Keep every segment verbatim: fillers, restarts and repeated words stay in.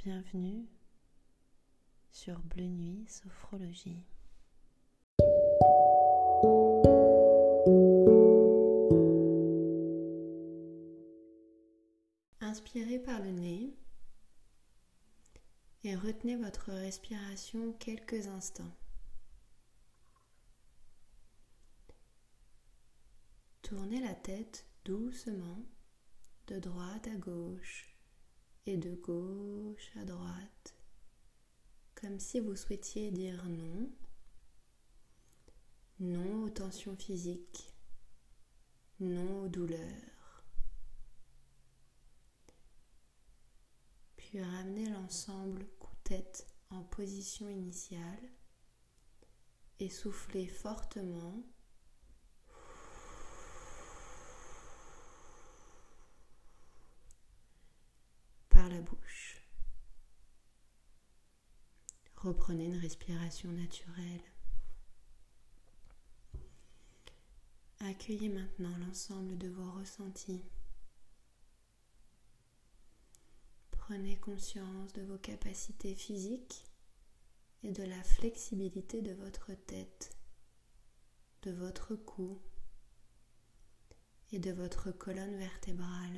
Bienvenue sur Bleu Nuit Sophrologie. Inspirez par le nez et retenez votre respiration quelques instants. Tournez la tête doucement de droite à gauche et de gauche à droite, comme si vous souhaitiez dire non, non aux tensions physiques, non aux douleurs. Puis ramenez l'ensemble cou-tête en position initiale et soufflez fortement par la bouche. Reprenez une respiration naturelle. Accueillez maintenant l'ensemble de vos ressentis. Prenez conscience de vos capacités physiques et de la flexibilité de votre tête, de votre cou et de votre colonne vertébrale.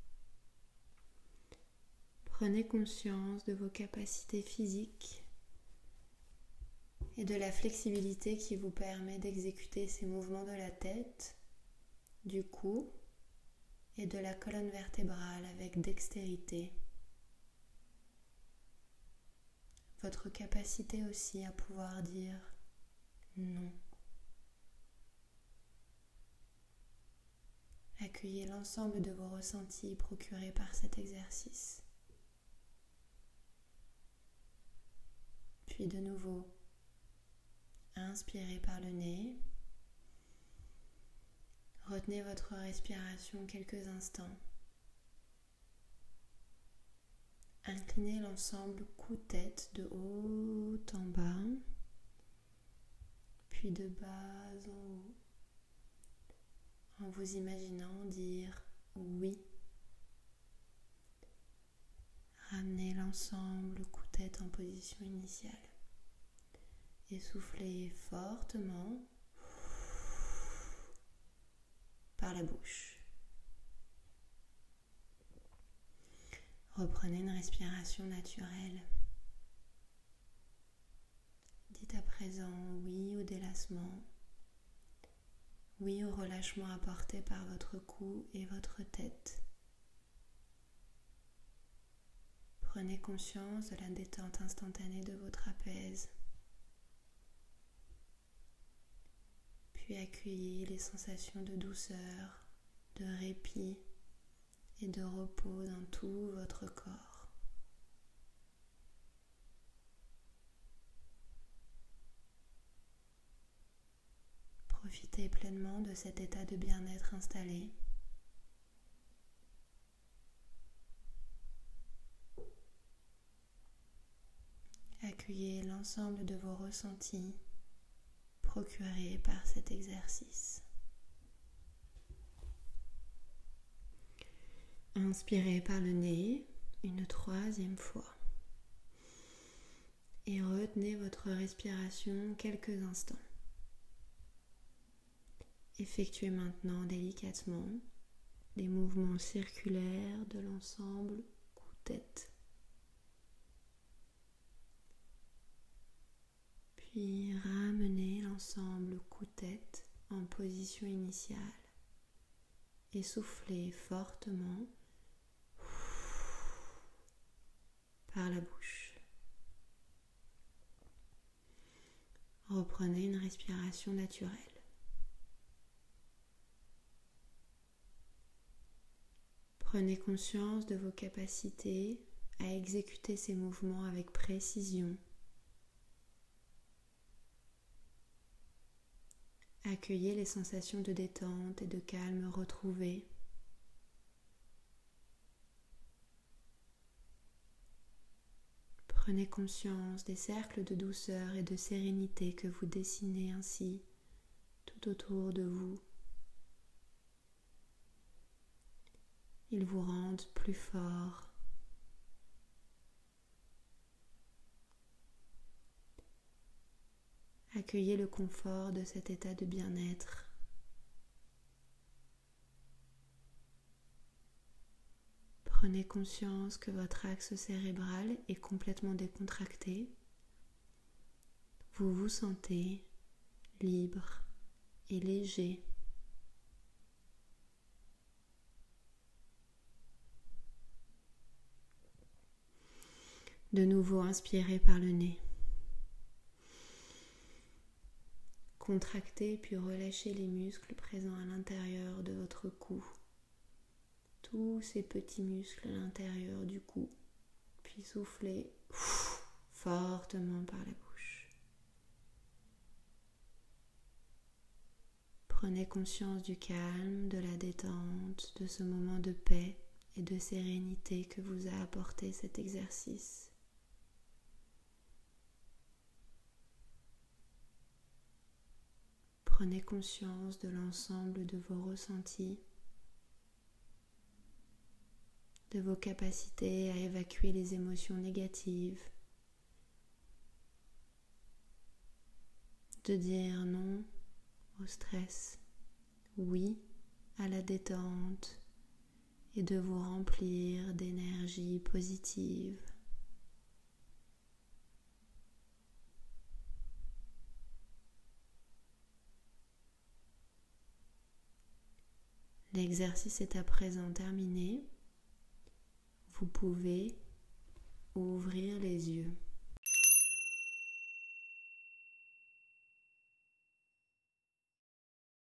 Prenez conscience de vos capacités physiques et de la flexibilité qui vous permet d'exécuter ces mouvements de la tête, du cou et de la colonne vertébrale avec dextérité. Votre capacité aussi à pouvoir dire non. Accueillez l'ensemble de vos ressentis procurés par cet exercice. Puis de nouveau, inspirez par le nez. Retenez votre respiration quelques instants. Inclinez l'ensemble cou-tête de haut en bas, puis de bas en haut, en vous imaginant dire oui. Ramenez l'ensemble cou-tête en position initiale et soufflez fortement par la bouche. Reprenez une respiration naturelle. Dites à présent oui au délassement, oui au relâchement apporté par votre cou et votre tête. Prenez conscience de la détente instantanée de vos trapèzes. Puis accueillez les sensations de douceur, de répit et de repos dans tout votre corps. Profitez pleinement de cet état de bien-être installé. Accueillez l'ensemble de vos ressentis procurés par cet exercice. Inspirez par le nez une troisième fois et retenez votre respiration quelques instants. Effectuez maintenant délicatement les mouvements circulaires de l'ensemble cou-tête. Puis ramenez l'ensemble cou-tête en position initiale et soufflez fortement par la bouche. Reprenez une respiration naturelle. Prenez conscience de vos capacités à exécuter ces mouvements avec précision. Accueillez les sensations de détente et de calme retrouvées. Prenez conscience des cercles de douceur et de sérénité que vous dessinez ainsi tout autour de vous. Ils vous rendent plus fort, accueillez le confort de cet état de bien-être. Prenez conscience que votre axe cérébral est complètement décontracté. Vous vous sentez libre et léger. De nouveau, inspirez par le nez. Contractez puis relâchez les muscles présents à l'intérieur de votre cou. Tous ces petits muscles à l'intérieur du cou. Puis soufflez ouf, fortement par la bouche. Prenez conscience du calme, de la détente, de ce moment de paix et de sérénité que vous a apporté cet exercice. Prenez conscience de l'ensemble de vos ressentis, de vos capacités à évacuer les émotions négatives, de dire non au stress, oui à la détente et de vous remplir d'énergie positive. L'exercice est à présent terminé. Vous pouvez ouvrir les yeux.